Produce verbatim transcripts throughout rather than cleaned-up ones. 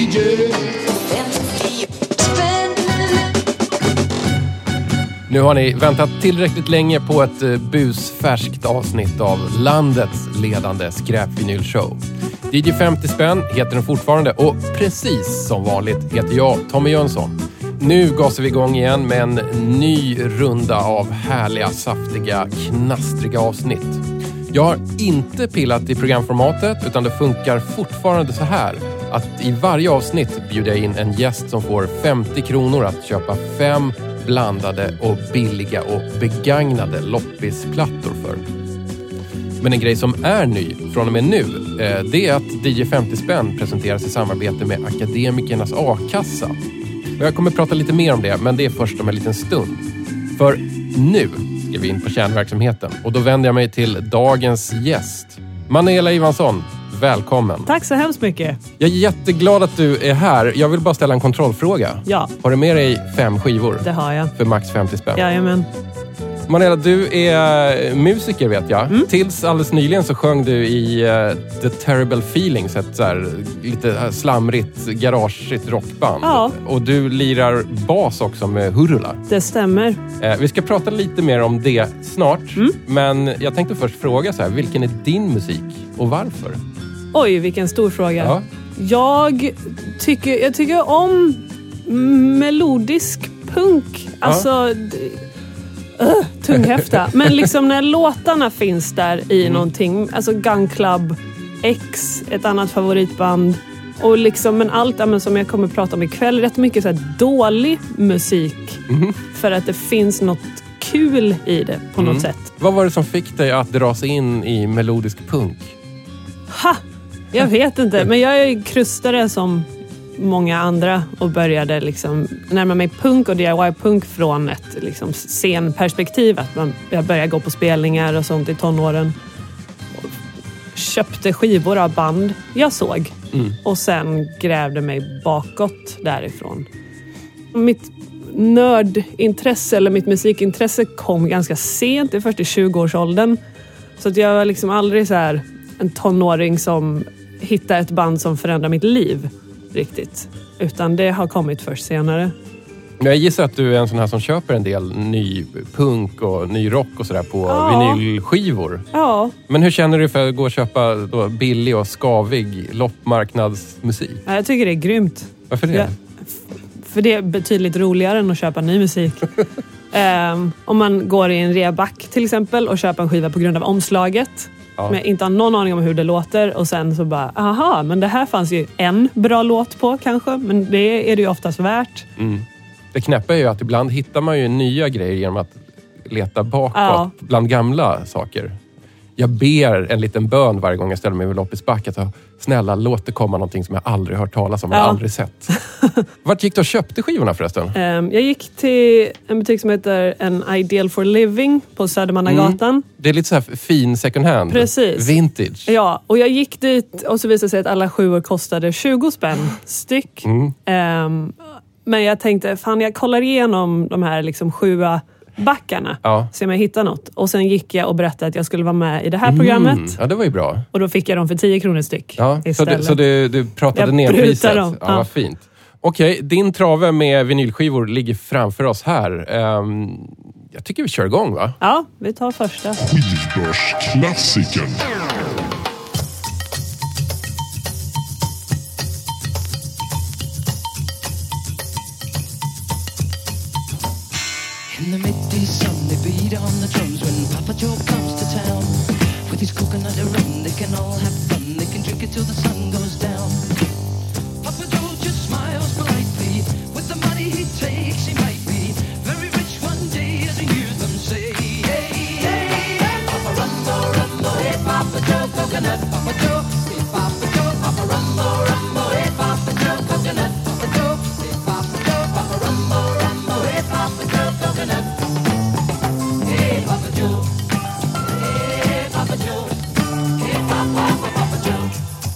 D J. Nu har ni väntat tillräckligt länge på ett busfärskt avsnitt av landets ledande skräpvinylshow. D J femtio spänn heter den fortfarande och precis som vanligt heter jag Tommy Jönsson. Nu gasar vi igång igen med en ny runda av härliga, saftiga, knastriga avsnitt. Jag har inte pillat i programformatet utan det funkar fortfarande så här att i varje avsnitt bjuder jag in en gäst som får femtio kronor att köpa fem blandade och billiga och begagnade loppisplattor för. Men en grej som är ny från och med nu, det är att D J femtio spänn presenteras i samarbete med Akademikernas A-kassa. Och jag kommer prata lite mer om det, men det är först om en liten stund. För nu ska vi in på kärnverksamheten och då vänder jag mig till dagens gäst. Manuela Ivansson, välkommen. Tack så hemskt mycket. Jag är jätteglad att du är här. Jag vill bara ställa en kontrollfråga. Ja. Har du med dig fem skivor? Det har jag. För max femtio spänn? Jajamän. Manuela, du är musiker vet jag. Mm. Tills alldeles nyligen så sjöng du i uh, The Terrible Feelings, ett så här, lite slamrigt, garageigt rockband. Ja. Och du lirar bas också med Hurula. Det stämmer. Uh, vi ska prata lite mer om det snart. Mm. Men jag tänkte först fråga så här, vilken är din musik och varför? Oj, vilken stor fråga. Ja. Jag tycker, jag tycker om melodisk punk. Alltså... Ja. Uh, tunghäfta. Men liksom när låtarna finns där i mm. någonting. Alltså Gun Club, X, ett annat favoritband. Och liksom, men allt men som jag kommer att prata om ikväll. Rätt mycket så här dålig musik. Mm. För att det finns något kul i det på mm. något sätt. Vad var det som fick dig att dra sig in i melodisk punk? Ha! Jag vet inte. Men jag är krustare som många andra och började liksom närma mig punk och D I Y-punk från ett liksom scenperspektiv. Att man, jag började gå på spelningar och sånt i tonåren. Och köpte skivor av band jag såg. Mm. Och sen grävde mig bakåt därifrån. Mitt nördintresse eller mitt musikintresse kom ganska sent. Det är först i tjugo-årsåldern. Så att jag var liksom aldrig så här en tonåring som hittar ett band som förändrar mitt liv riktigt. Utan det har kommit först senare. Jag gissar att du är en sån här som köper en del ny punk och ny rock och sådär på ja. vinylskivor. Ja. Men hur känner du för att gå och köpa då billig och skavig loppmarknadsmusik? Ja, jag tycker det är grymt. Varför det? Ja, f- för det är betydligt roligare än att köpa ny musik. um, om man går i en reback till exempel och köper en skiva på grund av omslaget. Ja. Men inte har någon aning om hur det låter och sen så bara, aha, men det här fanns ju en bra låt på kanske, men det är det ju oftast värt. Mm. Det knäppa är ju att ibland hittar man ju nya grejer genom att leta bakåt ja. bland gamla saker. Jag ber en liten bön varje gång jag ställer mig vid loppisbacket och snälla, låt det komma någonting som jag aldrig hört talas om ja. eller aldrig sett. Vart gick du och köpte skivorna förresten? Um, jag gick till en butik som heter An Ideal for Living på Södermannagatan. Mm. Det är lite så här fin second hand. Precis. Vintage. Ja, och jag gick dit och så visade det sig att alla sjuor kostade tjugo spänn styck. Mm. Um, men jag tänkte, fan jag kollar igenom de här liksom sjua backarna. Ja. Se om jag hittar något. Och sen gick jag och berättade att jag skulle vara med i det här mm. programmet. Ja, det var ju bra. Och då fick jag dem för tio kronor styck. Ja, så du, så du, du pratade jag ner priset? Dem. Ja, ja, vad fint. Okej, din trave med vinylskivor ligger framför oss här. Um, jag tycker vi kör igång, va? Ja, vi tar första. Skivbörsklassikern. In the midday sun, they beat on the drums when Papa Joe comes to town. With his coconut and rum, they can all have fun. They can drink it till the sun goes down. Papa Joe just smiles politely. With the money he takes, he might be very rich one day, as he hears them say. Hey, hey, hey, Papa Rumbo, Rumbo, hey, Papa Joe, coconut, Papa Joe, hey, Papa Joe, Papa Rumbo, Rumbo, hey, Papa Joe, coconut, Papa Joe, hey, Papa Joe, Papa Rumbo, Rumbo, hey, Papa Joe, coconut. Hey, Papa Joe, hey, Papa Joe, hey, Papa, Papa Joe.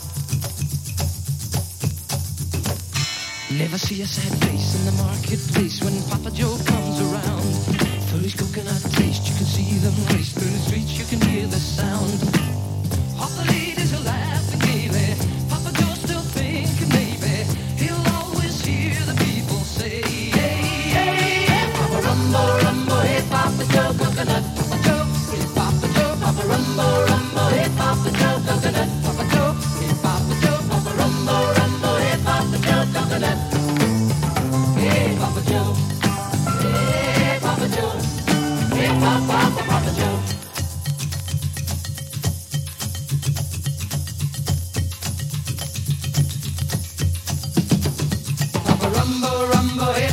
Never see a sad face in the marketplace when Papa Joe comes around. For his coconut taste, you can see them race through the streets, you can hear the sound. All the ladies are laughing gaily. Papa Joe's still thinking maybe he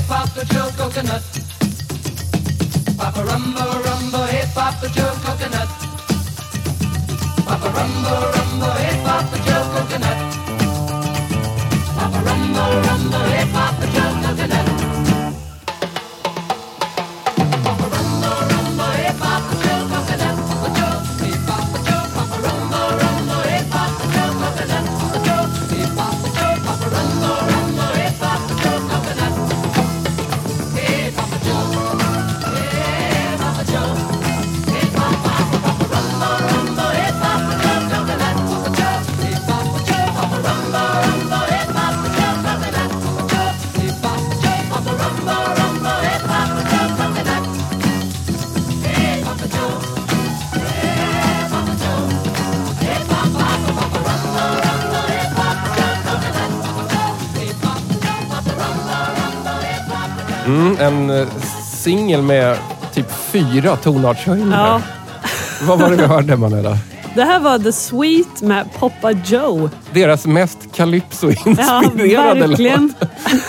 hey Papa Joe coconut. Papa Rumbo Rumbo, hey Papa Joe coconut. Papa Rumbo Rumbo, hey Papa Joe coconut. Papa Rumbo Rumbo, hey Papa Joe coconut. Papa Rumbo Rumbo, hey Papa Joe coconut. Papa Joe, hey Papa Joe, Papa Rumbo Rumbo, hey Papa Joe coconut. Papa Joe, hey Papa Joe, Papa Rumbo Rumbo, hey Papa Joe coconut. Hey Papa Joe, hey Papa Joe, hey Papa, Papa Rumbo Rumbo, hey Papa Joe coconut. Papa Joe, hey Papa Joe, Papa Rumbo Rumbo, hey Papa Joe coconut. Papa Joe, hey Papa Joe, Papa Rumbo Rumbo, hey Papa Joe coconut. Hey Papa Joe, hey Papa Joe, hey Papa, Papa Rumbo Rumbo, hey Papa Joe coconut. Papa Joe, hey Papa Joe, Papa Rumbo Rumbo, hey Papa Joe. Mm, en eh, singel med typ fyra tonartshöjningar. Ja. Vad var det vi hörde, Manella? Det här var The Sweet med Papa Joe. Deras mest Ja, calypso-inspirerade verkligen. låt.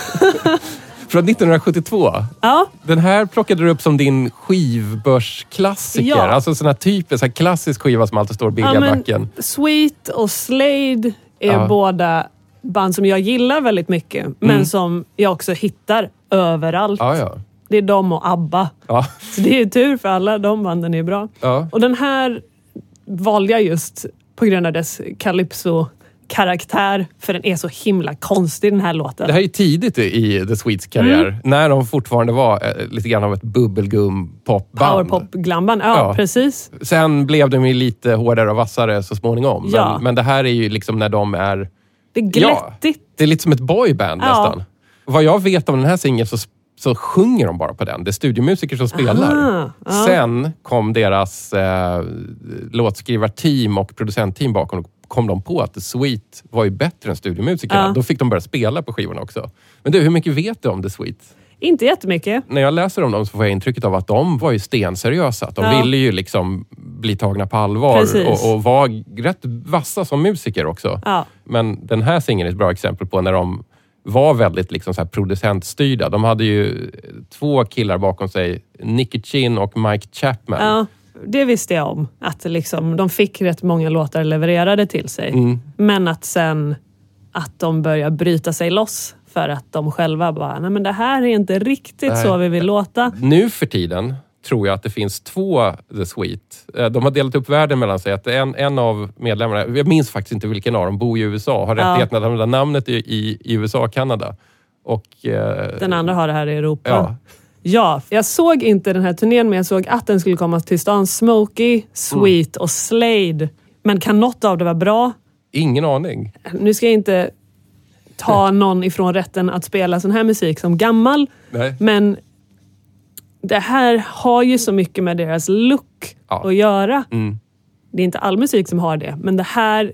Från nittonhundrasjuttiotvå. Ja, Den här plockade du upp som din skivbörsklassiker. Ja. Alltså sån här typisk, så här klassisk skiva som alltid står billiga ja men backen. Sweet och Slade är Ja. båda band som jag gillar väldigt mycket. Men Mm. som jag också hittar överallt. Ja, ja. Det är de och ABBA. Ja, Så det är tur för alla, de banden är bra. ja. Och den här valde jag just på grund av dess calypso-karaktär. För den är så himla konstig, den här låten. Det här är tidigt i The Sweets karriär. Mm. När de fortfarande var eh, lite grann av ett bubblegum-popband. Powerpop-glamban, ja, Ja. precis. Sen blev de ju lite hårdare och vassare så småningom. Ja. Men, men det här är ju liksom när de är... Det är glättigt. Det är lite som ett boyband Ja. nästan. Vad jag vet om den här singeln så, så sjunger de bara på den. Det är studiomusiker som spelar. Aha, ja. Sen kom deras eh, låtskrivarteam och producentteam bakom och kom de på att The Sweet var ju bättre än studiomusikerna. Ja. Då fick de börja spela på skivorna också. Men du, hur mycket vet du om The Sweet? Inte jättemycket. När jag läser om dem så får jag intrycket av att de var ju stenseriösa. Att de Ja. ville ju liksom bli tagna på allvar Precis. och, och var rätt vassa som musiker också. Ja. Men den här singeln är ett bra exempel på när de var väldigt liksom så här producentstyrda. De hade ju två killar bakom sig, Nicky Chin och Mike Chapman. Ja, det visste jag om. Att liksom, de fick rätt många låtar levererade till sig. Mm. Men att sen att de börjar bryta sig loss för att de själva bara, nej men det här är inte riktigt Nej. så vi vill låta. Nu för tiden tror jag att det finns två The Sweet. Eh, De har delat upp världen mellan sig. Att en, en av medlemmarna, jag minns faktiskt inte vilken av dem, bor i U S A. Har Ja. rättigheten att använda namnet i, i, i U S A och Kanada. Och, eh, Den andra har det här i Europa. Ja. Ja, jag såg inte den här turnén men jag såg att den skulle komma till stan. Smokey, Sweet och Slade. Men kan något av det vara bra? Ingen aning. Nu ska jag inte ta någon ifrån rätten att spela sån här musik som gammal. Nej. Men det här har ju så mycket med deras look Ja. att göra. Mm. Det är inte all musik som har det. Men det här,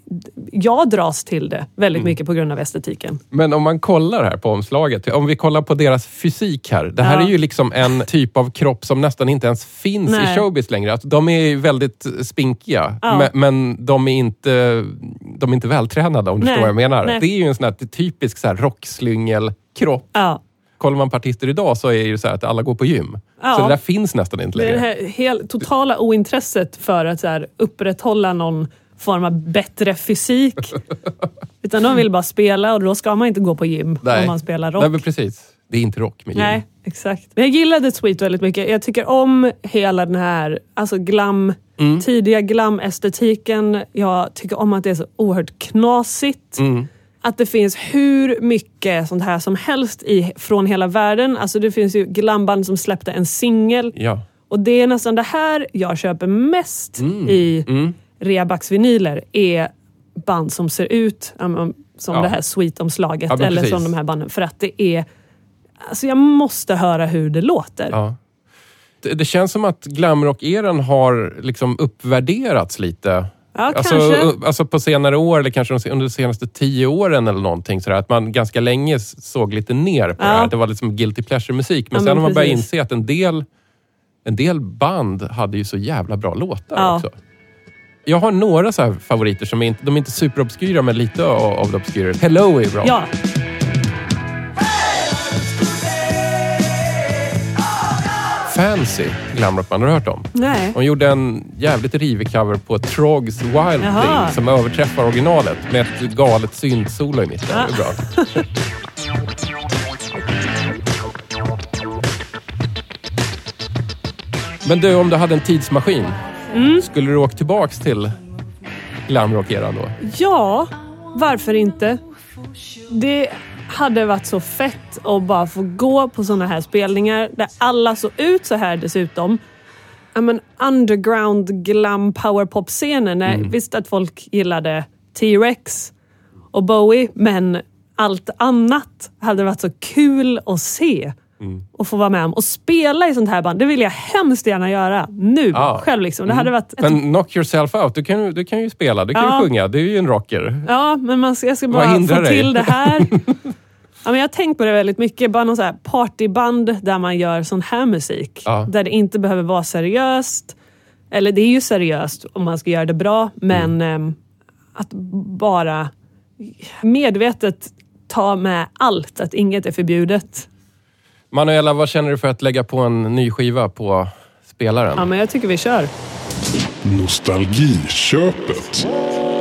jag dras till det väldigt Mm. mycket på grund av estetiken. Men om man kollar här på omslaget, om vi kollar på deras fysik här. Det här Ja. är ju liksom en typ av kropp som nästan inte ens finns Nej. i showbiz längre. Alltså, de är ju väldigt spinkiga, Ja. men, men de är inte, de är inte vältränade om du Nej. förstår vad jag menar. Nej. Det är ju en sån här typisk så här rockslyngel-kropp. Ja. Kollar man på artister idag så är det ju så här att alla går på gym. Ja. Så det där finns nästan inte Det är längre. det här hel, totala ointresset för att så här, upprätthålla någon form av bättre fysik. Utan de vill bara spela och då ska man inte gå på gym Nej. om man spelar rock. Nej, men precis. Det är inte rock med gym. Nej, exakt. Men jag gillar The Sweet väldigt mycket. Jag tycker om hela den här alltså glam, Mm. tidiga glam-estetiken. Jag tycker om att det är så oerhört knasigt. Mm. Att det finns hur mycket sånt här som helst i, från hela världen. Alltså det finns ju glamband som släppte en singel. Ja. Och det är nästan det här jag köper mest Mm. i Mm. reabacksvinyler. Är band som ser ut um, som Ja. det här Sweet-omslaget. Ja, men eller precis. som de här banden. För att det är... Alltså jag måste höra hur det låter. Ja. Det, det känns som att glamrock-eran har liksom uppvärderats lite. Ja, Alltså, kanske. u- alltså på senare år, eller kanske de- under de senaste tio åren eller någonting sådär, att man ganska länge s- såg lite ner på Ja. det här. Det var liksom guilty pleasure-musik. Men Ja, sen men har man börjat precis. inse att en del, en del band hade ju så jävla bra låtar Ja. också. Jag har några så här favoriter som är inte, de är inte superobskyra, men lite av, av det obskyra. Hello är bra. Ja, Fancy glamrockband. Har du hört om? Nej. Hon gjorde en jävligt rivig cover på Trogs Wild Jaha. Thing som överträffar originalet med ett galet syntsolo i mitten. Ja. Det är bra. Men du, om du hade en tidsmaskin, mm. skulle du åka tillbaks till glamrock-eran då? Ja, varför inte? Det hade varit så fett att bara få gå på såna här spelningar där alla såg ut så här dessutom. I mean, underground glam powerpop-scenen. Mm. Visst att folk gillade T-Rex och Bowie, men allt annat hade varit så kul att se. Mm. Och få vara med om och spela i sånt här band. Det vill jag hemskt gärna göra nu ah. själv liksom. Det hade varit ett... Men knock yourself out. Du kan, du kan ju spela, du kan ja. ju sjunga. Du är ju en rocker. Ja, men man ska, jag ska bara få dig? till det här. Ja, men jag har tänkt på det väldigt mycket. Bara någon så här partyband där man gör sån här musik. Ah. Där det inte behöver vara seriöst. Eller det är ju seriöst om man ska göra det bra. Men mm. eh, att bara medvetet ta med allt. Att inget är förbjudet. Manuela, vad känner du för att lägga på en ny skiva på spelaren? Ja, men jag tycker vi kör. Nostalgiköpet.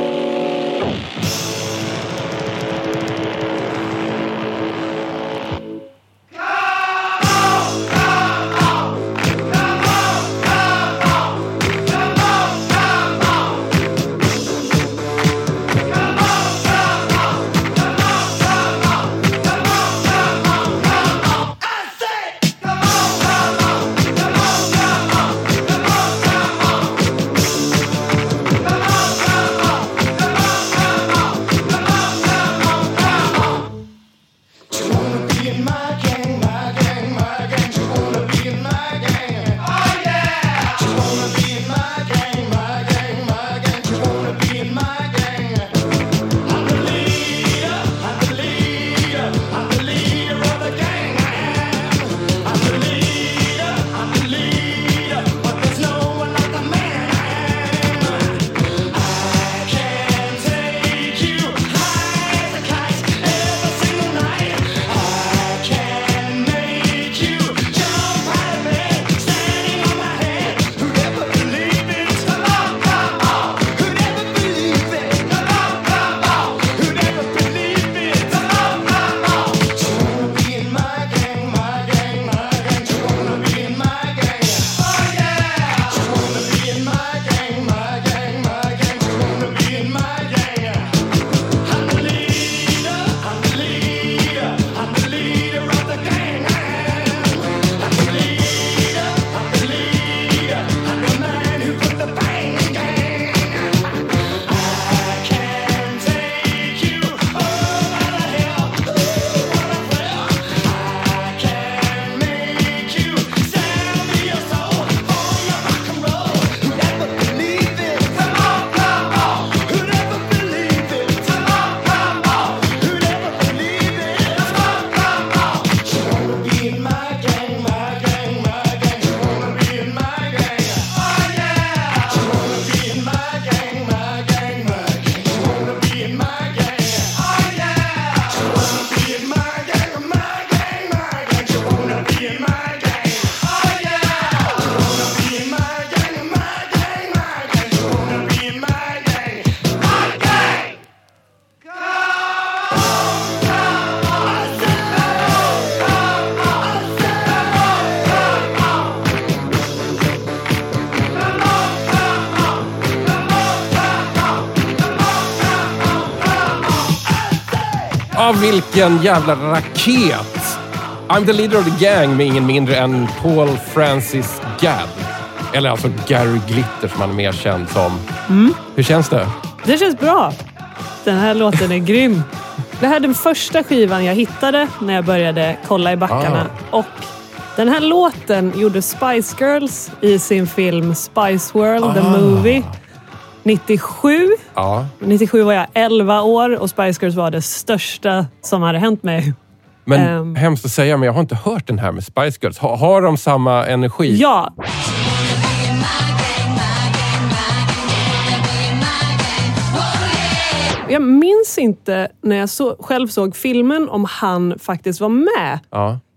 Av vilken jävla raket! I'm the leader of the gang med ingen mindre än Paul Francis Gadd. Eller alltså Gary Glitter som han är mer känd som. Mm. Hur känns det? Det känns bra. Den här låten är grym. Det här är den första skivan jag hittade när jag började kolla i backarna. Ah. Och den här låten gjorde Spice Girls i sin film Spice World, ah. the movie. nittiosju. Ja. nittiosju var jag elva år och Spice Girls var det största som hade hänt mig. Men um, hemskt att säga, men jag har inte hört den här med Spice Girls. Har, har de samma energi? Ja. Jag minns inte när jag så, själv såg filmen om han faktiskt var med. Ja.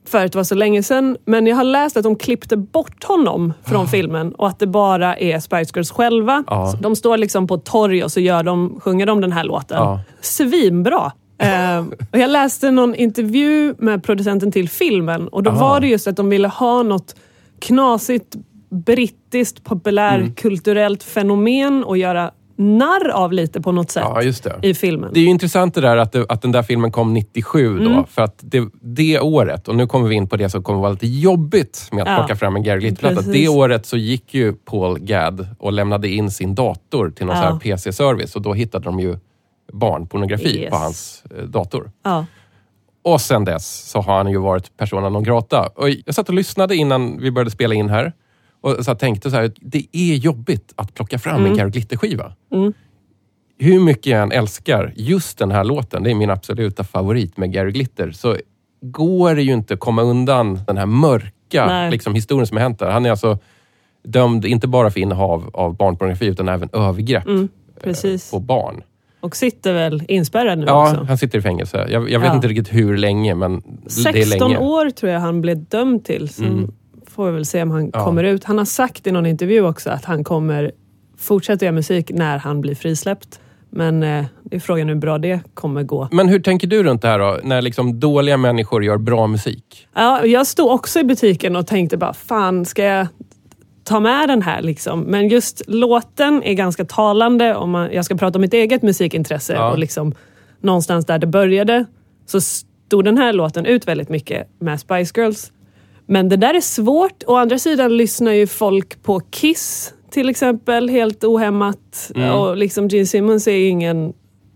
för att det var så länge sedan. Men jag har läst att de klippte bort honom från Ah. filmen och att det bara är Spice Girls själva. Ah. Så de står liksom på ett torg och så gör de, sjunger de den här låten. Ah. Svinbra! uh, och jag läste någon intervju med producenten till filmen och då Ah. var det just att de ville ha något knasigt brittiskt populärkulturellt Mm. fenomen och göra narr av lite på något sätt Ja, just det. i filmen. Det är ju intressant det där att, det, att den där filmen kom nittiosju då. Mm. För att det, det året, och nu kommer vi in på det som kommer vara lite jobbigt med att Ja. plocka fram en Gary Glitter-platta. Precis. Det året så gick ju Paul Gadd och lämnade in sin dator till någon Ja. så här P C-service. Och då hittade de ju barnpornografi Yes. på hans eh, dator. Ja. Och sen dess så har han ju varit persona non grata. Och jag satt och lyssnade innan vi började spela in här. Och så tänkte så här, det är jobbigt att plocka fram Mm. en Gary Glitter-skiva. Mm. Hur mycket jag än älskar just den här låten, det är min absoluta favorit med Gary Glitter, så går det ju inte att komma undan den här mörka liksom, historien som har hänt där. Han är alltså dömd inte bara för innehav av barnpornografi utan även övergrepp Mm, precis. på barn. Och sitter väl inspärrad nu Ja, också. han sitter i fängelse. Jag, jag vet Ja. inte riktigt hur länge, men det är sexton länge. år tror jag han blev dömd till. Sen Mm. får vi väl se om han Ja. kommer ut. Han har sagt i någon intervju också att han kommer fortsätta göra musik när han blir frisläppt. Men eh, det är frågan hur bra det kommer gå. Men hur tänker du runt det här då? När liksom dåliga människor gör bra musik? Ja, jag stod också i butiken och tänkte bara, fan ska jag ta med den här liksom? Men just låten är ganska talande. Om man, jag ska prata om mitt eget musikintresse Ja. och liksom någonstans där det började så stod den här låten ut väldigt mycket med Spice Girls. Men det där är svårt. Å andra sidan lyssnar ju folk på Kiss till exempel helt ohämmat. Mm. Och liksom Gene Simmons är ju ingen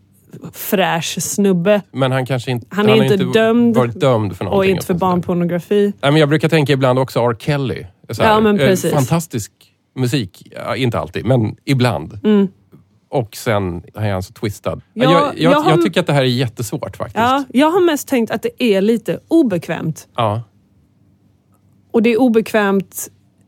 fräsch snubbe. Men han kanske inte, Han är har inte dömd varit dömd för någonting. Och inte för barnpornografi. Nej, men jag brukar tänka ibland också R. Kelly. Så här, Ja, men eh, precis. Fantastisk musik. Ja, inte alltid, men ibland. Mm. Och sen är han så twistad. Ja, jag, jag, jag jag, har- tycker att det här är jättesvårt faktiskt. Ja, jag har mest tänkt att det är lite obekvämt. Ja. Och det är obekvämt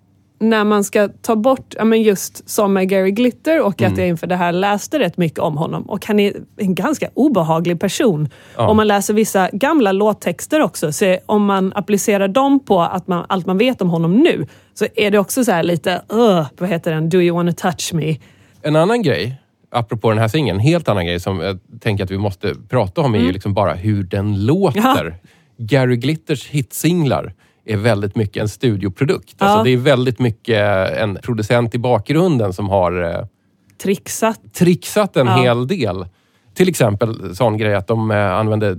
när man ska ta bort, ja men just som med Gary Glitter och Mm. att jag inför det här läste rätt mycket om honom. Och han är en ganska obehaglig person. Ja. Om man läser vissa gamla låttexter också, så om man applicerar dem på att man, allt man vet om honom nu, så är det också så här lite, uh, vad heter den? Do you wanna touch me? En annan grej, apropå den här singeln, en helt annan grej som jag tänker att vi måste prata om är ju liksom bara hur den låter. Ja. Gary Glitters hitsinglar är väldigt mycket en studioprodukt. Ja. Alltså det är väldigt mycket en producent i bakgrunden som har eh, Trixat. trixat en Ja. hel del. Till exempel sån grej att de eh, använde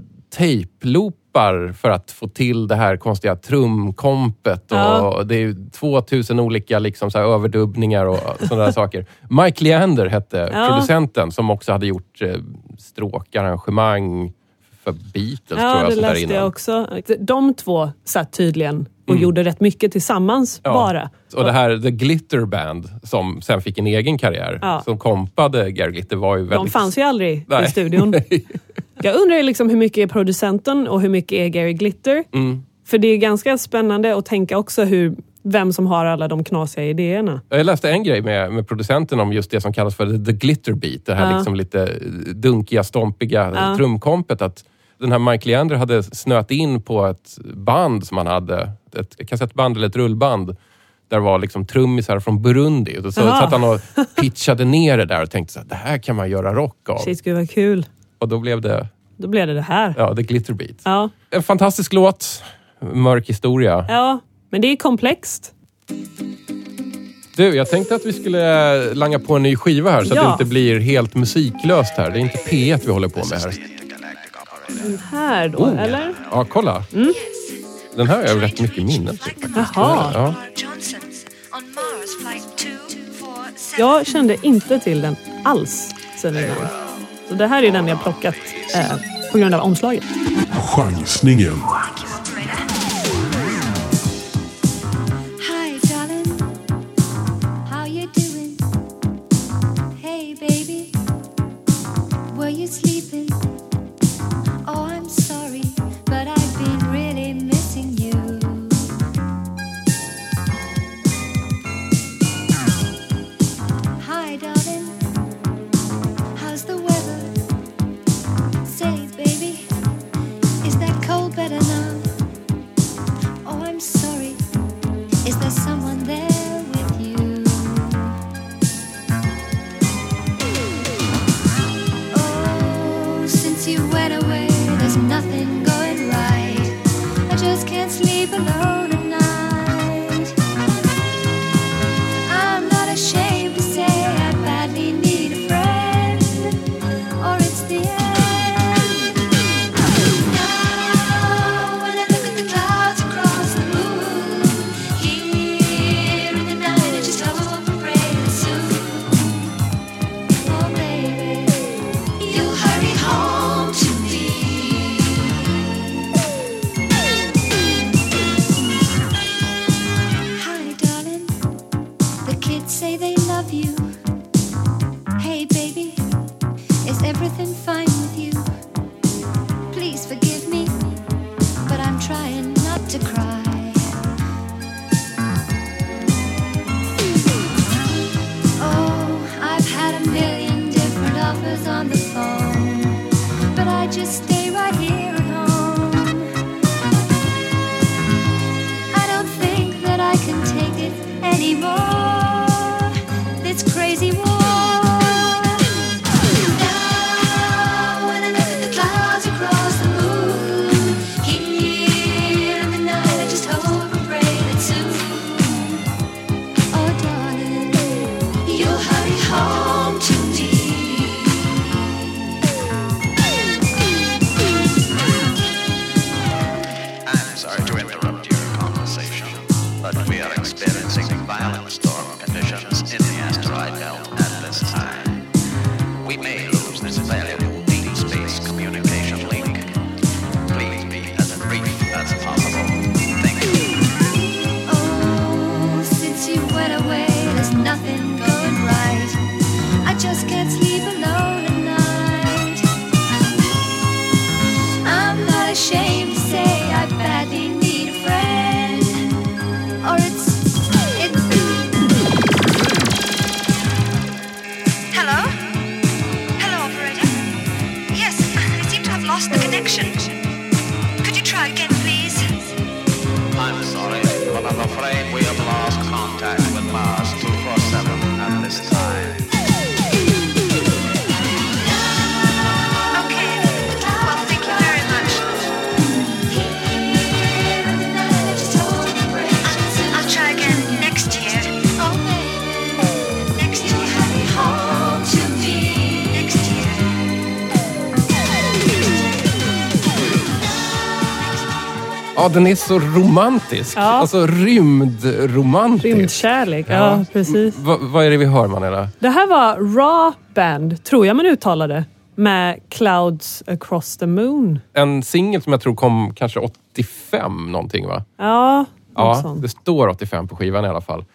tejploopar för att få till det här konstiga trumkompet. Och Ja. det är tvåtusen olika liksom, så här, överdubbningar och sådana där saker. Mike Leander hette Ja. producenten som också hade gjort eh, stråkarrangemang för Beatles, tror Ja, jag. det sånt där läste innan. jag också. De två satt tydligen och gjorde rätt mycket tillsammans Ja. bara. Och det här The Glitter Band som sen fick en egen karriär, Ja. som kompade Gary Glitter, var ju väldigt... De fanns ju aldrig Nej. i studion. Jag undrar ju liksom hur mycket är producenten och hur mycket är Gary Glitter. Mm. För det är ganska spännande att tänka också hur, vem som har alla de knasiga idéerna. Jag läste en grej med, med producenten om just det som kallas för the glitter beat. Det här Ja. liksom lite dunkiga, stompiga Ja. trumkompet. Att den här Mike Leander hade snöat in på ett band som han hade. Ett kassettband eller ett rullband. Där var liksom trummisar från Burundi. Och så Aha. satt han och pitchade ner det där och tänkte så här, det här kan man göra rock av. Shit, gud vad kul. Och då blev det, Då blev det det här. ja, the glitter beat. Ja, En fantastisk låt. Mörk historia. ja. Men det är komplext. Du, jag tänkte att vi skulle langa på en ny skiva här så Ja. att det inte blir helt musiklöst här. Det är inte P ett vi håller på med här. Den här då, Oh. eller? Ja, kolla. Den här har jag rätt mycket minne till. Jaha. Ja. Jag kände inte till den alls sen innan. Så det här är den jag plockat eh, på grund av omslaget. Chansningen. Hi, darling. How you doing? Hey, baby. Were you sleeping? Oh, I'm sorry, but I've been really missing you. Hi, darling. How's the weather? Say, baby, is that cold better now? there's nothing going right. I just can't sleep alone at night. I'm not ashamed to say I badly need a friend, or it's the end. Now when I look at the clouds across the moon, here in the night I just hope and pray that soon, oh baby, you'll hurry home to me. Hi darling, the kids say they love you. Hey baby, is everything fine with you? Please forgive me, but I'm trying not to cry. Oh, I've had a million different offers on the phone, but I just stay right here at home. I don't think that I can take it anymore, this crazy war. Now when I look at the clouds across the moon, here in the night I just hope and pray that soon, oh darling, you'll hurry home to me. I'm sorry to interrupt your conversation, but we are experiencing violent storm conditions in the asteroid belt at this time. We may lose this valuable deep space communication link. Please be as brief as possible. Thank you. Oh, since you went away, there's nothing going right. I just can't sleep alone at night. I'm not ashamed to say I badly need a friend, or it's it's. Hello? Hello, operator? Yes, I seem to have lost the connection. Could you try again, please? I'm sorry, but I'm afraid we have lost contact with Mars two forty-seven at this time. Okay. Well, thank you very much. Here in the night, I just hope and pray that soon, I'll try again next year. oh baby, Next you'll year. hurry home to me. Next year. Ja, den är så romantisk. Ja. Alltså rymdromantisk. Rymdkärlek, ja, precis. Va, vad är det vi hör, Manela? Det här var Raw Band, tror jag man uttalade, med Clouds Across the Moon. En singel som jag tror kom kanske åttiofem någonting, va? Ja, något Ja, sånt. det står åttiofem på skivan i alla fall.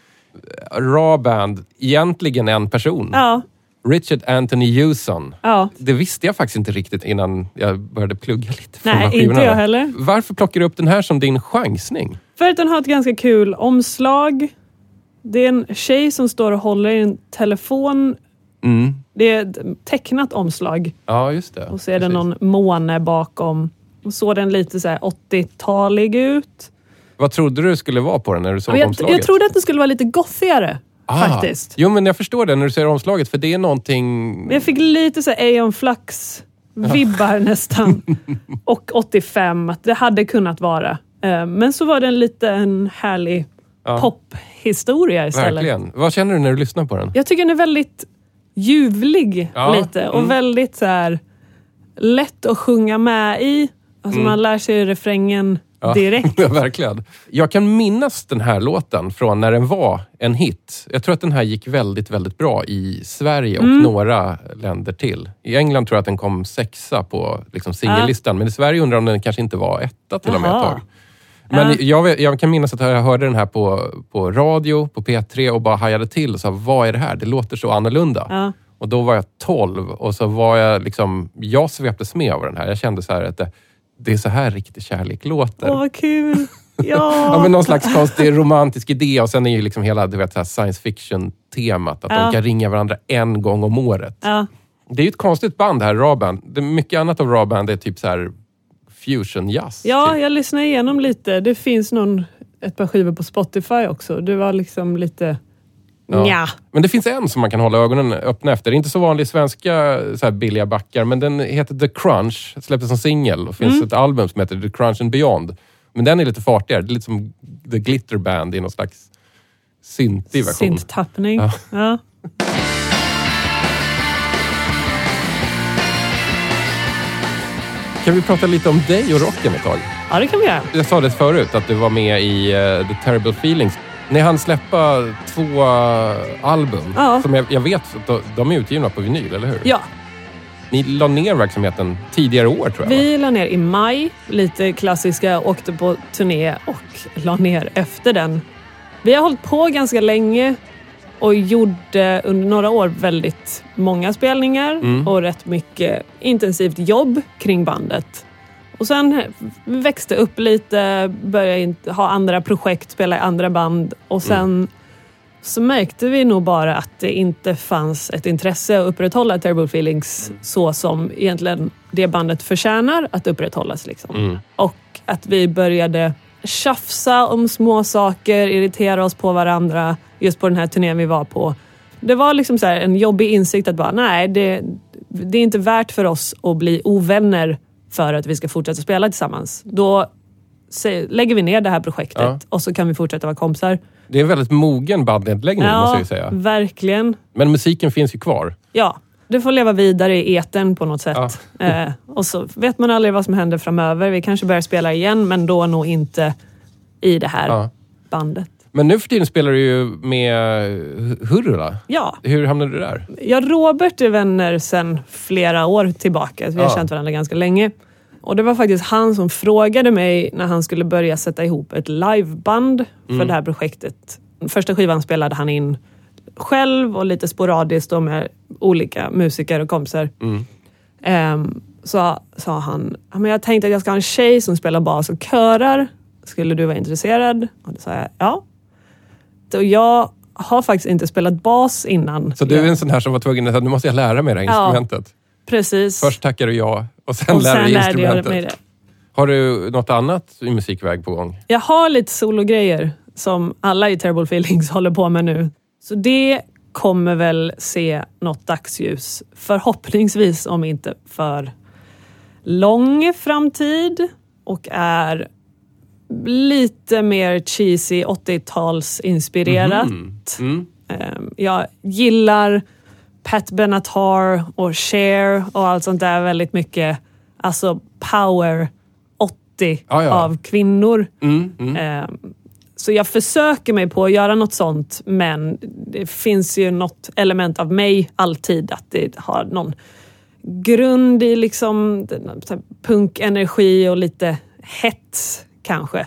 Raw Band, egentligen en person. Ja, Richard Anthony Hewson. ja. Det visste jag faktiskt inte riktigt innan jag började plugga lite. Från Nej, de här skivorna. inte jag heller. Varför plockar du upp den här som din chansning? För att den har ett ganska kul omslag. Det är en tjej som står och håller i en telefon. Mm. Det är ett tecknat omslag. Ja, just det. Och så är det Precis. någon måne bakom. Och så den lite så här åttiotalig ut. Vad trodde du skulle vara på den när du såg Och jag, omslaget? jag trodde att den skulle vara lite gothigare. Ah, Faktiskt. Jo, men jag förstår det när du ser omslaget. För det är någonting... Men jag fick lite så här Aeon Flux vibbar nästan. Och åttiofem, att det hade kunnat vara. Eh, Men så var det en liten härlig Ja. pophistoria istället. Verkligen. Vad känner du när du lyssnar på den? Jag tycker den är väldigt ljuvlig Ja, lite. Och mm. väldigt så här lätt att sjunga med i. Alltså man lär sig refrängen Ja, direkt. ja, verkligen. Jag kan minnas den här låten från när den var en hit. Jag tror att den här gick väldigt, väldigt bra i Sverige och Mm. några länder till. I England tror jag att den kom sexa på liksom, singellistan. Men i Sverige undrar jag om den kanske inte var etta till och med ett Jaha. tag. Men Ja. jag, vet- jag kan minnas att jag hörde den här på, på radio, på P tre och bara hajade till och sa, vad är det här? Det låter så annorlunda. Ja. Och då var jag tolv och så var jag liksom, jag sveptes med av den här. Jag kände så här att det, det är så här riktig kärlek låter. Åh, vad kul! Ja, Ja, men någon slags konstig romantisk idé och sen är ju liksom hela du vet, så här science fiction-temat att Ja. de kan ringa varandra en gång om året. ja. Det är ju ett konstigt band här, Raw Band. Det, mycket annat av Raw Band är typ så här fusion-jazz. ja, typ. jag lyssnar igenom lite. Det finns någon, ett par skivor på Spotify också. Det var liksom lite Ja. Nja. Men det finns en som man kan hålla ögonen öppna efter. Det är inte så vanlig svenska så här billiga backar, men den heter The Crunch. Släpptes som singel och finns Mm. ett album som heter The Crunch and Beyond. Men den är lite fartigare. Det är lite som The Glitter Band i någon slags syntig version. Synttappning. Ja. Ja. Kan vi prata lite om dig och rocken ett tag? ja, det kan vi göra. Jag sa det förut att du var med i uh, The Terrible Feelings. Ni hann släppa två uh, album Ja. som jag, jag vet att de, de är utgivna på vinyl, eller hur? Ja, Ni la ner verksamheten tidigare år, tror jag. vi la ner i maj. Lite klassiska, åkte på turné och la ner efter den. Vi har hållit på ganska länge och gjorde under några år väldigt många spelningar Mm. och rätt mycket intensivt jobb kring bandet. Och sen växte upp lite, började inte ha andra projekt, spela i andra band och sen Mm. så märkte vi nog bara att det inte fanns ett intresse att upprätthålla Terrible Feelings så som egentligen det bandet förtjänar att upprätthållas. Liksom. Mm. Och att vi började tjafsa om små saker, irritera oss på varandra just på den här turnén vi var på. Det var liksom så här en jobbig insikt att bara, nej, det, det är inte värt för oss att bli ovänner för att vi ska fortsätta spela tillsammans. Då se, lägger vi ner det här projektet Ja. och så kan vi fortsätta vara kompisar. Det är en väldigt mogen bandnedläggning, måste jag ju säga. verkligen. Men musiken finns ju kvar. Ja, det får leva vidare i etern på något sätt. Eh, och så vet man aldrig vad som händer framöver. Vi kanske börjar spela igen, men då nog inte i det här Ja. bandet. Men nu för tiden spelar du ju med Hurra. Ja, Hur hamnade du där? jag och Robert är vänner sedan flera år tillbaka. Så vi har Ja. känt varandra ganska länge. Och det var faktiskt han som frågade mig när han skulle börja sätta ihop ett liveband för Mm. det här projektet. Första skivan spelade han in själv och lite sporadiskt då med olika musiker och kompisar. Mm. Ehm, så sa han, "Ja, men jag tänkte att jag ska ha en tjej som spelar bas och körar. Skulle du vara intresserad?" Och då sa jag ja. Och jag har faktiskt inte spelat bas innan. Så du är en sån här som var tvungen att säga, nu måste jag lära mig det här Ja. instrumentet. Precis. Först tackar du ja och sen och lär sen du lärde jag instrumentet. mig det. Har du något annat i musikväg på gång? Jag har lite sologrejer som alla i Terrible Feelings håller på med nu. Så det kommer väl se något dagsljus. Förhoppningsvis, om inte för lång framtid. Och är lite mer cheesy åttio-talsinspirerat. Mm. Ehm, Jag gillar Pat Benatar och Cher och allt sånt där väldigt mycket. Alltså power åttio Ja, ja. av kvinnor. Mm. Mm. Ehm, Så jag försöker mig på att göra något sånt, men det finns ju något element av mig alltid att det har någon grund i liksom så här punkenergi och lite hets kanske.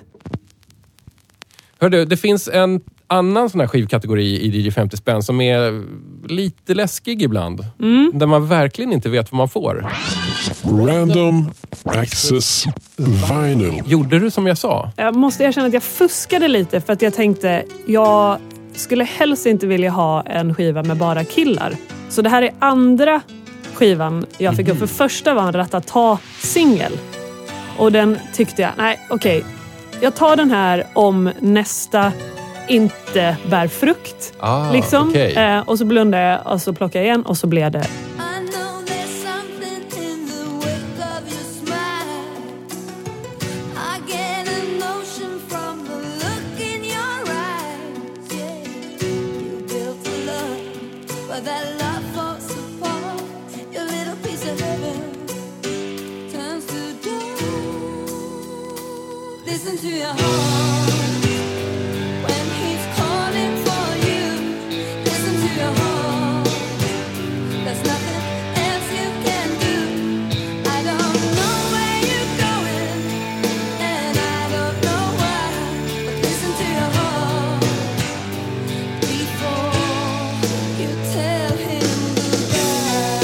Hör du, det finns en annan sån här skivkategori i D J femtio spänn som är lite läskig ibland. Mm. Där man verkligen inte vet vad man får. Random Access Vinyl. Gjorde du som jag sa? Jag måste erkänna att jag fuskade lite för att jag tänkte jag skulle helst inte vilja ha en skiva med bara killar. Så det här är andra skivan jag fick upp. För första var en Ratata-singel. Och den tyckte jag, nej okej. Jag tar den här om nästa inte bär frukt. Ah, liksom. okej. eh, och så blundar jag och så plockar jag igen och så blev det. I know there's something in the wake of your smile. I get a notion from the look in your eyes. Yeah, you built a love, but that love falls apart. Your little piece of heaven turns to dust. Listen to your heart when he's calling for you. Listen to your heart. There's nothing else you can do. I don't know where you're going, and I don't know why. But listen to your heart before you tell him goodbye.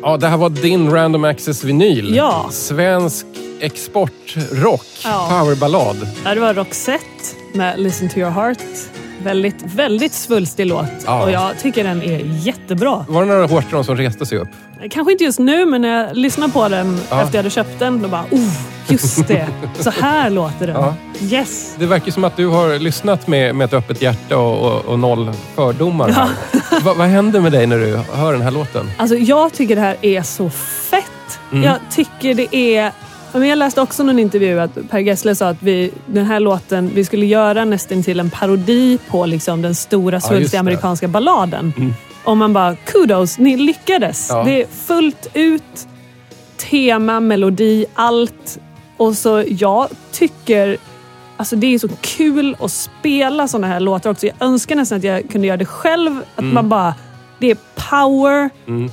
Ja, det här var din Random Access vinyl. Ja. Svensk exportrock, Ja. powerballad. Ja, det var Roxette med Listen to your heart. Väldigt, väldigt svulstig låt. Ja. Och jag tycker den är jättebra. Var det några hårstrån som reste sig upp? Kanske inte just nu, men när jag lyssnade på den Ja. efter jag hade köpt den, då bara, oh, just det. Så här låter den. Ja. Yes. Det verkar som att du har lyssnat med, med ett öppet hjärta och, och, och noll fördomar. Här. Va, vad händer med dig när du hör den här låten? Alltså jag tycker det här är så fett. Mm. Jag tycker det är... Men jag läste också någon intervju att Per Gessle sa att vi, den här låten, vi skulle göra nästan till en parodi på liksom den stora just svulstiga det. amerikanska balladen. Mm. Och man bara, kudos, ni lyckades. Ja. Det är fullt ut tema, melodi, allt. Och så jag tycker, alltså det är så kul att spela såna här låtar också. Jag önskar nästan att jag kunde göra det själv. Att man bara, det är power. Mm.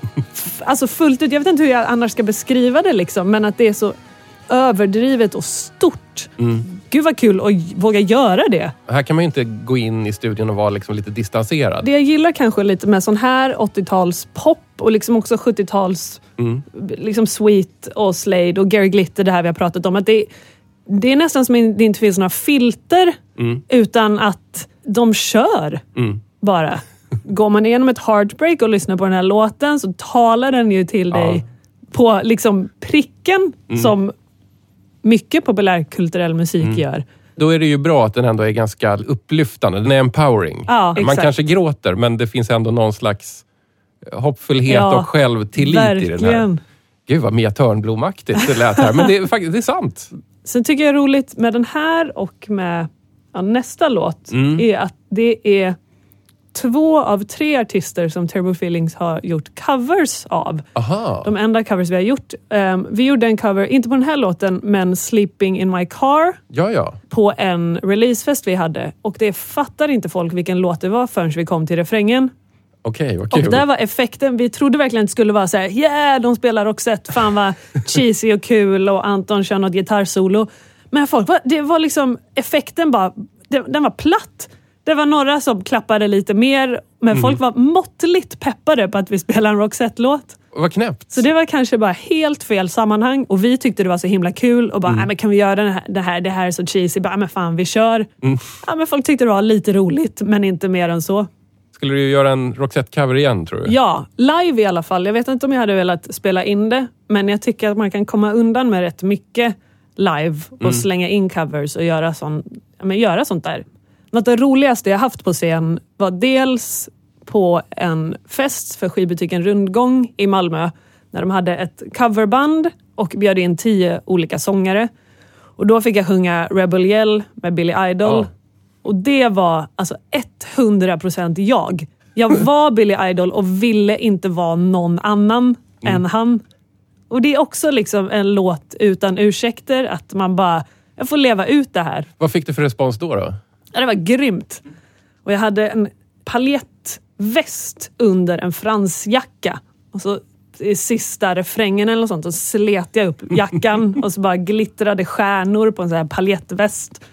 F- Alltså fullt ut, jag vet inte hur jag annars ska beskriva det liksom. Men att det är så överdrivet och stort. Mm. Gud vad kul att våga göra det. Här kan man ju inte gå in i studion och vara liksom lite distanserad. Det jag gillar kanske lite med sån här åttio-tals pop och liksom också sjuttio-tals Mm. liksom Sweet och Slade och Gary Glitter, det här vi har pratat om. Att det, det är nästan som att det inte finns några filter Mm. utan att de kör Mm. bara. Går man igenom ett heartbreak och lyssnar på den här låten så talar den ju till Ja. dig på liksom pricken Mm. som mycket populärkulturell musik Mm. gör. Då är det ju bra att den ändå är ganska upplyftande. Den är empowering. Ja, Man exakt. kanske gråter, men det finns ändå någon slags hoppfullhet Ja, och självtillit i den här. verkligen. Gud vad Mia Törnblom-aktigt det lät här. Men det är faktiskt det är sant. Sen tycker jag det är roligt med den här och med ja, nästa låt Mm. är att det är två av tre artister som Terrible Feelings har gjort covers av. Aha. De enda covers vi har gjort. Um, vi gjorde en cover, inte på den här låten, men Sleeping in my car Ja, ja. på en releasefest vi hade. Och det fattar inte folk vilken låt det var förrän vi kom till refrängen. Okej, vad kul. Och där var effekten, vi trodde verkligen att det skulle vara så här: yeah, de spelar Roxette, fan vad cheesy och kul och Anton kör något gitarrsolo. Men folk, var, det var liksom, effekten bara, det, den var platt. Det var några som klappade lite mer, men Mm. folk var måttligt peppade på att vi spelar en Roxette-låt. Vad knäppt. Så det var kanske bara helt fel sammanhang och vi tyckte det var så himla kul och bara, Mm. nej men kan vi göra det här, det här, det här är så cheesy, bara, men fan vi kör. Mm. Ja, men folk tyckte det var lite roligt, men inte mer än så. Skulle du göra en Roxette-cover igen, tror du? Ja, live i alla fall. Jag vet inte om jag hade velat spela in det, men jag tycker att man kan komma undan med rätt mycket live och Mm. slänga in covers och göra, sån, ja, men göra sånt där. Något av det roligaste jag haft på scen var dels på en fest för skivbutiken Rundgång i Malmö när de hade ett coverband och bjöd in tio olika sångare. Och då fick jag sjunga Rebel Yell med Billy Idol. Ja. Och det var alltså hundra procent jag. Jag var Billy Idol och ville inte vara någon annan Mm. än han. Och det är också liksom en låt utan ursäkter, att man bara, jag får leva ut det här. Vad fick du för respons då? då? Ja, det var grymt. Och jag hade en paljettväst under en fransjacka. Och så i sista refrängen eller något sånt, så slet jag upp jackan och så bara glittrade stjärnor på en sån här paljettväst.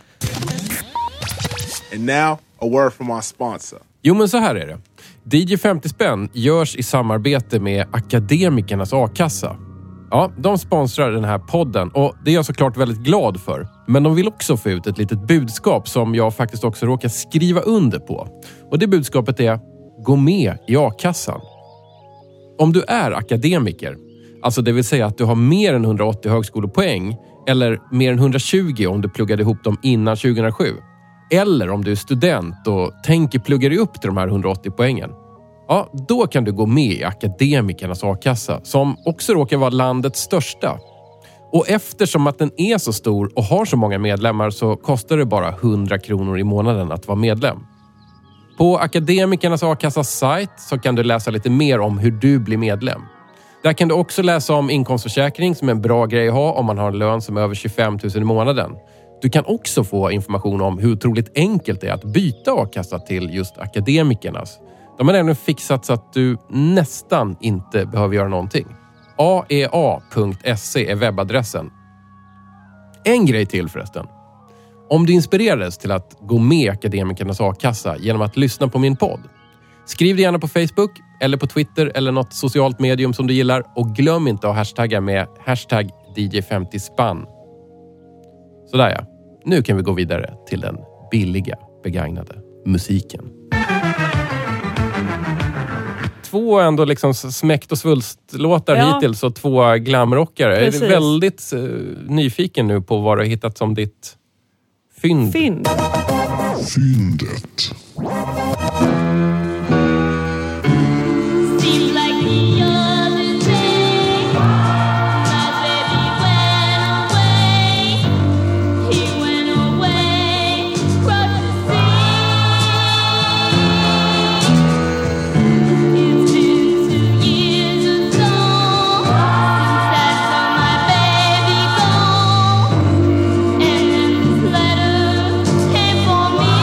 And now, a word from our sponsor. Jo, men så här är det. D J femtio spänn görs i samarbete med Akademikernas A-kassa. Ja, de sponsrar den här podden och det är jag såklart väldigt glad för. Men de vill också få ut ett litet budskap som jag faktiskt också råkar skriva under på. Och det budskapet är: gå med i A-kassan. Om du är akademiker, alltså det vill säga att du har mer än hundraåttio högskolepoäng eller mer än hundratjugo om du pluggade ihop dem innan tjugohundrasju. Eller om du är student och tänker plugga dig upp till de här hundraåttio poängen. Ja, då kan du gå med i Akademikernas A-kassa som också råkar vara landets största. Och eftersom att den är så stor och har så många medlemmar så kostar det bara hundra kronor i månaden att vara medlem. På Akademikernas A-kassas sajt så kan du läsa lite mer om hur du blir medlem. Där kan du också läsa om inkomstförsäkring som är en bra grej att ha om man har en lön som är över tjugofem tusen i månaden. Du kan också få information om hur otroligt enkelt det är att byta A-kassa till just Akademikernas. De har nämligen fixat så att du nästan inte behöver göra någonting. A E A punkt se är webbadressen. En grej till förresten. Om du inspirerades till att gå med Akademikernas A-kassa genom att lyssna på min podd, Skriv det gärna på Facebook eller på Twitter eller något socialt medium som du gillar. Och glöm inte att hashtagga med hashtag D J femtio spann. Sådär ja. Nu kan vi gå vidare till den billiga, begagnade musiken. Två ändå liksom smäkt och svulstlåtar Ja. hittills och två glamrockare. Precis. Jag är väldigt uh, nyfiken nu på vad du har hittat som ditt fynd. Fynd. Fyndet. Seems like the other day, my baby went away. He went away, crossed the sea. It's been two years or so since I saw my baby go, and then this letter came for me.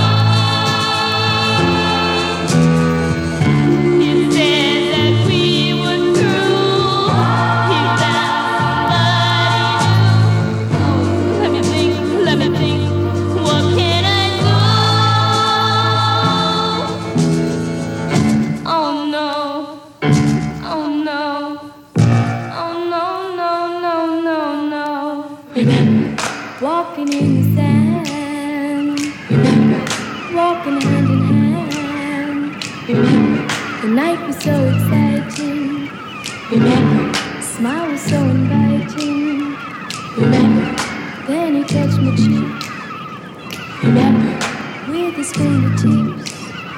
It said that we were through. He found somebody new. Let me think, let me think. What can I do? Oh no, oh no, oh no, no, no, no, no. Remember walking in the sand. Remember walking hand in hand. Remember the night was so exciting. Remember smile was so inviting. Remember then he touched my cheek. Remember with his fingertips.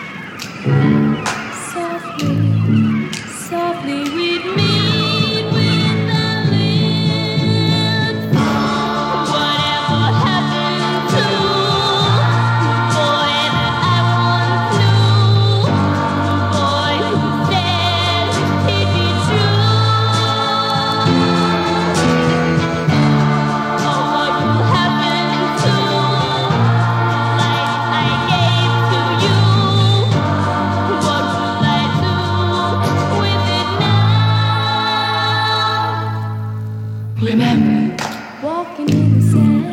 Softly, softly we'd meet with the lips. Whatever happened to the boy that I once knew? The boy who said he'd be true. Oh, what will happen to life I gave to you? What will I do with it now? Remember walking in the sand.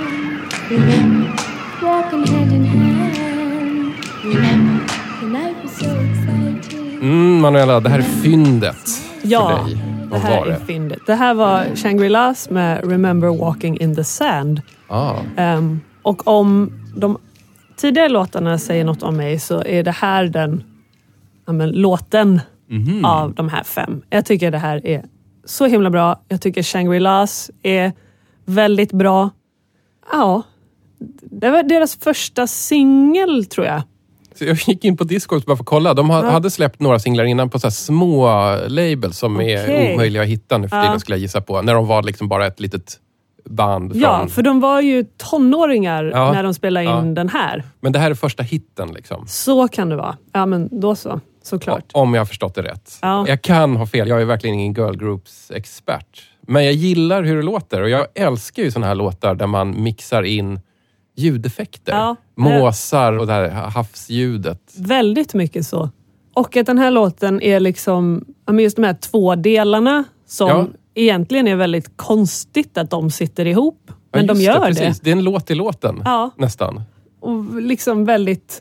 Remember walking hand in hand. Remember the night was so exciting. Mm, Manuela, det här är fyndet Ja, för dig. det Vad här var är det? fyndet. Det här var Shangri-Las med Remember Walking in the Sand. Ah. Um, och om de tidigare låtarna säger något om mig så är det här den ja, men, låten Mhm. av de här fem. Jag tycker det här är så himla bra. Jag tycker Shangri-Las är väldigt bra. Ja, det var deras första singel tror jag. Så jag gick in på Discord bara för att kolla. De ha, Ja. hade släppt några singlar innan på så här små labels som är Okej. omöjliga att hitta nu för Ja. tiden skulle jag gissa på. När de var liksom bara ett litet band från... Ja, för de var ju tonåringar Ja. när de spelade in Ja. den här. Men det här är första hitten liksom. Så kan det vara. Ja, men då så. Såklart. Om jag har förstått det rätt. Ja. Jag kan ha fel. Jag är verkligen ingen girl groups expert. Men jag gillar hur det låter. Och jag älskar ju såna här låtar där man mixar in ljudeffekter. Ja. Måsar och det här havsljudet. Väldigt mycket så. Och att den här låten är liksom, ja, men just de här två delarna som Ja. egentligen är väldigt konstigt att de sitter ihop. Ja, Men de just gör det. Precis. Det är en låt i låten. Ja. Nästan. Och liksom väldigt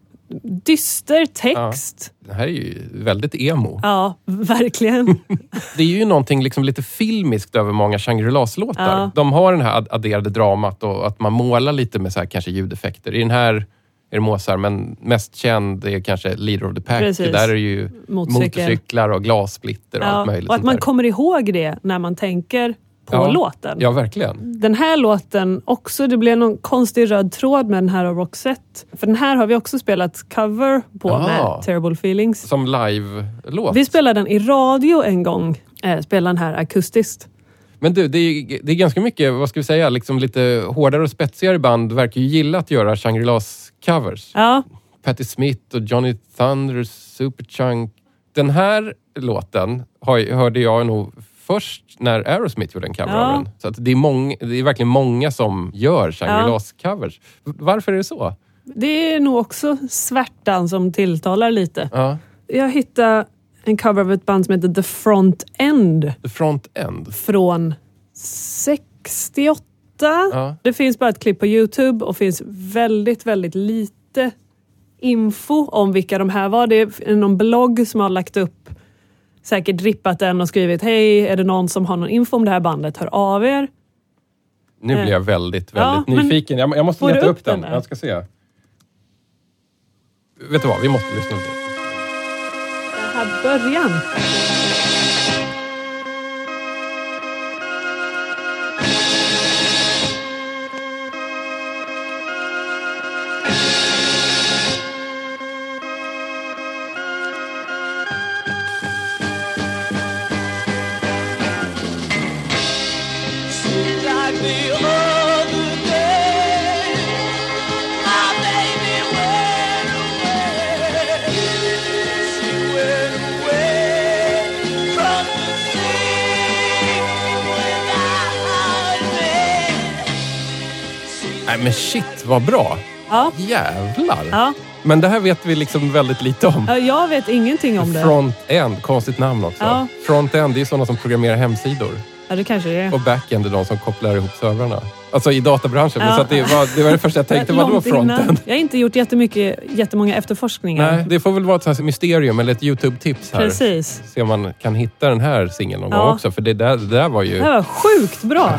dyster text. Det här är ju väldigt emo. Ja, verkligen. Det är ju någonting liksom lite filmiskt över många Shangri-Las-låtar. Ja. De har den här ad- adderade dramat och att man målar lite med så här kanske ljudeffekter. I den här är det måsar, men mest känd är kanske Leader of the Pack. Precis. Där är det ju Motorcykel. motorcyklar och glassplitter och Ja, allt möjligt. och att sånt man där. kommer ihåg det när man tänker på Ja. låten. Ja, verkligen. Den här låten också, det blev någon konstig röd tråd med den här av Roxette. För den här har vi också spelat cover på Ja. med Terrible Feelings. Som live-låt. Vi spelade den i radio en gång. Eh, spelade den här akustiskt. Men du, det är, det är ganska mycket, vad ska vi säga, liksom lite hårdare och spetsigare band verkar ju gilla att göra Shangri-Las covers. Ja, Patti Smith och Johnny Thunder, Superchunk. Den här låten har, hörde jag nog först när Aerosmith gjorde en cover Ja. av den. Så att det, är många, det är verkligen många som gör Shangri-Las covers. Varför är det så? det är nog också svärtan som tilltalar lite. Ja. Jag hittade en cover av ett band som heter The Front End The Front End. från sextioåtta. Ja. Det finns bara ett klipp på YouTube och finns väldigt, väldigt lite info om vilka de här var. Det är någon blogg som har lagt upp, säkert rippat den och skrivit hej, är det någon som har någon info om det här bandet, hör av er. Nu blir jag väldigt, väldigt Ja, nyfiken. Jag, jag måste får leta du upp upp den. den där? Jag ska se. Vet du vad, vi måste lyssna lite. Den här början. Nej men shit, vad bra. Ja. Jävlar. Ja. Men det här vet vi liksom väldigt lite om. Ja, jag vet ingenting om det. Front-end, konstigt namn också. Ja. Front-end, det är sådana som programmerar hemsidor. Ja, det kanske det är. Och back-end är de som kopplar ihop servrarna. Alltså i databranschen. Ja. Men så att det, var, det var det första jag tänkte, vad då Långt innan. front-end? Jag har inte gjort jättemycket, jättemånga efterforskningar. Nej, det får väl vara ett sånt här mysterium eller ett YouTube-tips här. Precis. Se om man kan hitta den här singeln någon Ja. gång också. För det där, det där var ju... Det här var sjukt bra.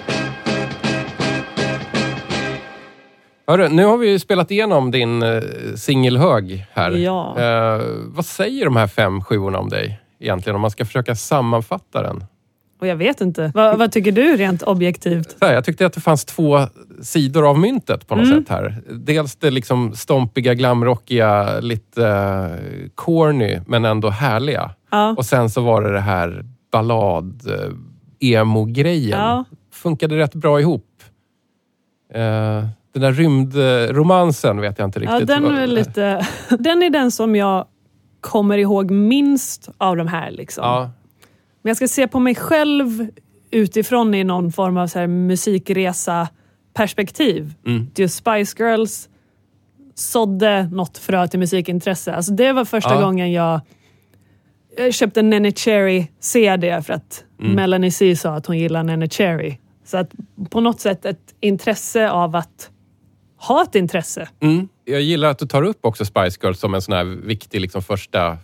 Hörru, nu har vi ju spelat igenom din uh, singelhög här. Ja. Uh, vad säger de här fem sjuorna om dig egentligen? Om man ska försöka sammanfatta den. Och jag vet inte. Va, vad tycker du rent objektivt? Så här, jag tyckte att det fanns två sidor av myntet på något Mm. sätt här. Dels det liksom stompiga, glamrockiga, lite uh, corny men ändå härliga. Ja. Och sen så var det det här ballad, uh, emo-grejen. Ja. Funkade rätt bra ihop. Uh, den där rymdromansen vet jag inte riktigt. Ja, den är lite... Den är den som jag kommer ihåg minst av de här liksom. Ja. Men jag ska se på mig själv utifrån i någon form av så här musikresa-perspektiv. Mm. Just Spice Girls sådde något frö till musikintresse. Alltså det var första Ja. gången jag, jag köpte en Neneh Cherry C D för att Mm. Melanie C sa att hon gillar Neneh Cherry. Så att på något sätt ett intresse av att ha ett intresse. Mm. Jag gillar att du tar upp också Spice Girls som en sån här viktig liksom första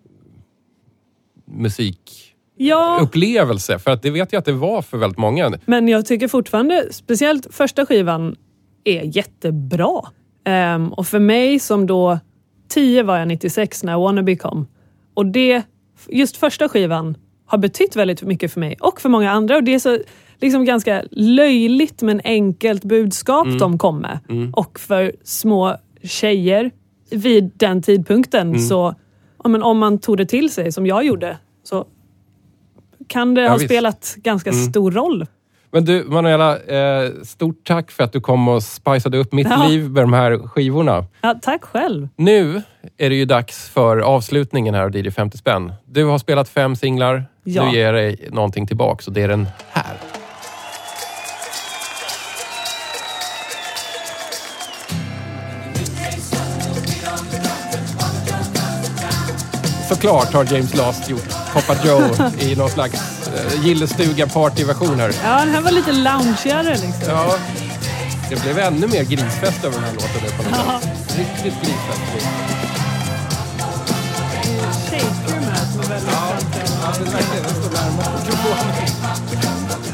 musikupplevelse. Ja, För att det vet jag att det var för väldigt många. men jag tycker fortfarande, speciellt första skivan är jättebra. Ehm, och för mig som då, tio var jag nittiosex när Wannabe kom. Och det, just första skivan har betytt väldigt mycket för mig och för många andra. Och det är så liksom ganska löjligt men enkelt budskap Mm. de kom med. Mm. Och för små tjejer vid den tidpunkten Mm. så, ja, men om man tog det till sig som jag gjorde så kan det Ja, ha visst. spelat ganska Mm. stor roll. Men du, Manuela, eh, stort tack för att du kom och spiceade upp mitt Ja. liv med de här skivorna. Ja, tack själv. Nu är det ju dags för avslutningen här av D J femtio spänn. Du har spelat fem singlar. Ja. Du ger dig någonting tillbaks och det är den här. Såklart har James Last gjort Papa Joe i någon slags uh, gillestuga partyversion här. Ja, den här var lite loungeigare liksom. Ja, det blev ännu mer grisfest över den här låten. Nu på något Ja. sätt. Riktigt grisfest. Shaker med som är väldigt Ja, ja, det är verkligen den står närmast mikrofonen.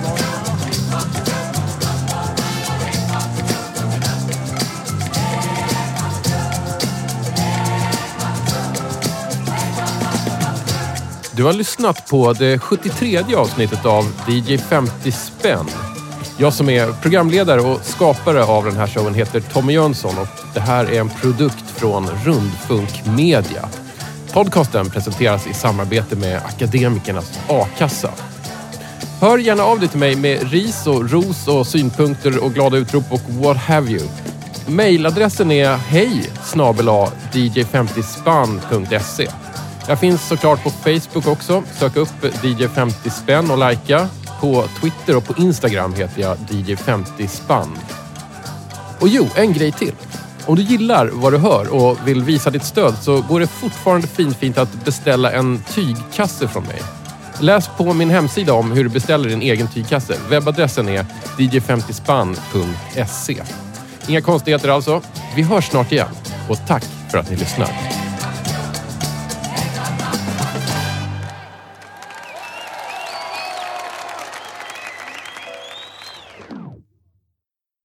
Du har lyssnat på det sjuttiotredje avsnittet av D J femtio spänn. Jag som är programledare och skapare av den här showen heter Tommy Jönsson och det här är en produkt från Rundfunk Media. Podcasten presenteras i samarbete med Akademikernas A-kassa. Hör gärna av dig till mig med ris och ros och synpunkter och glada utrop och what have you. Mailadressen är hej snabel-a d j femtio spann punkt se. Jag finns såklart på Facebook också. Sök upp D J femtio spänn och likea. På Twitter och på Instagram heter jag D J femtio spann. Och jo, en grej till. Om du gillar vad du hör och vill visa ditt stöd så går det fortfarande fint fint att beställa en tygkasse från mig. Läs på min hemsida om hur du beställer din egen tygkasse. Webbadressen är d j femtio spann punkt se. Inga konstigheter alltså. Vi hörs snart igen. Och tack för att ni lyssnar.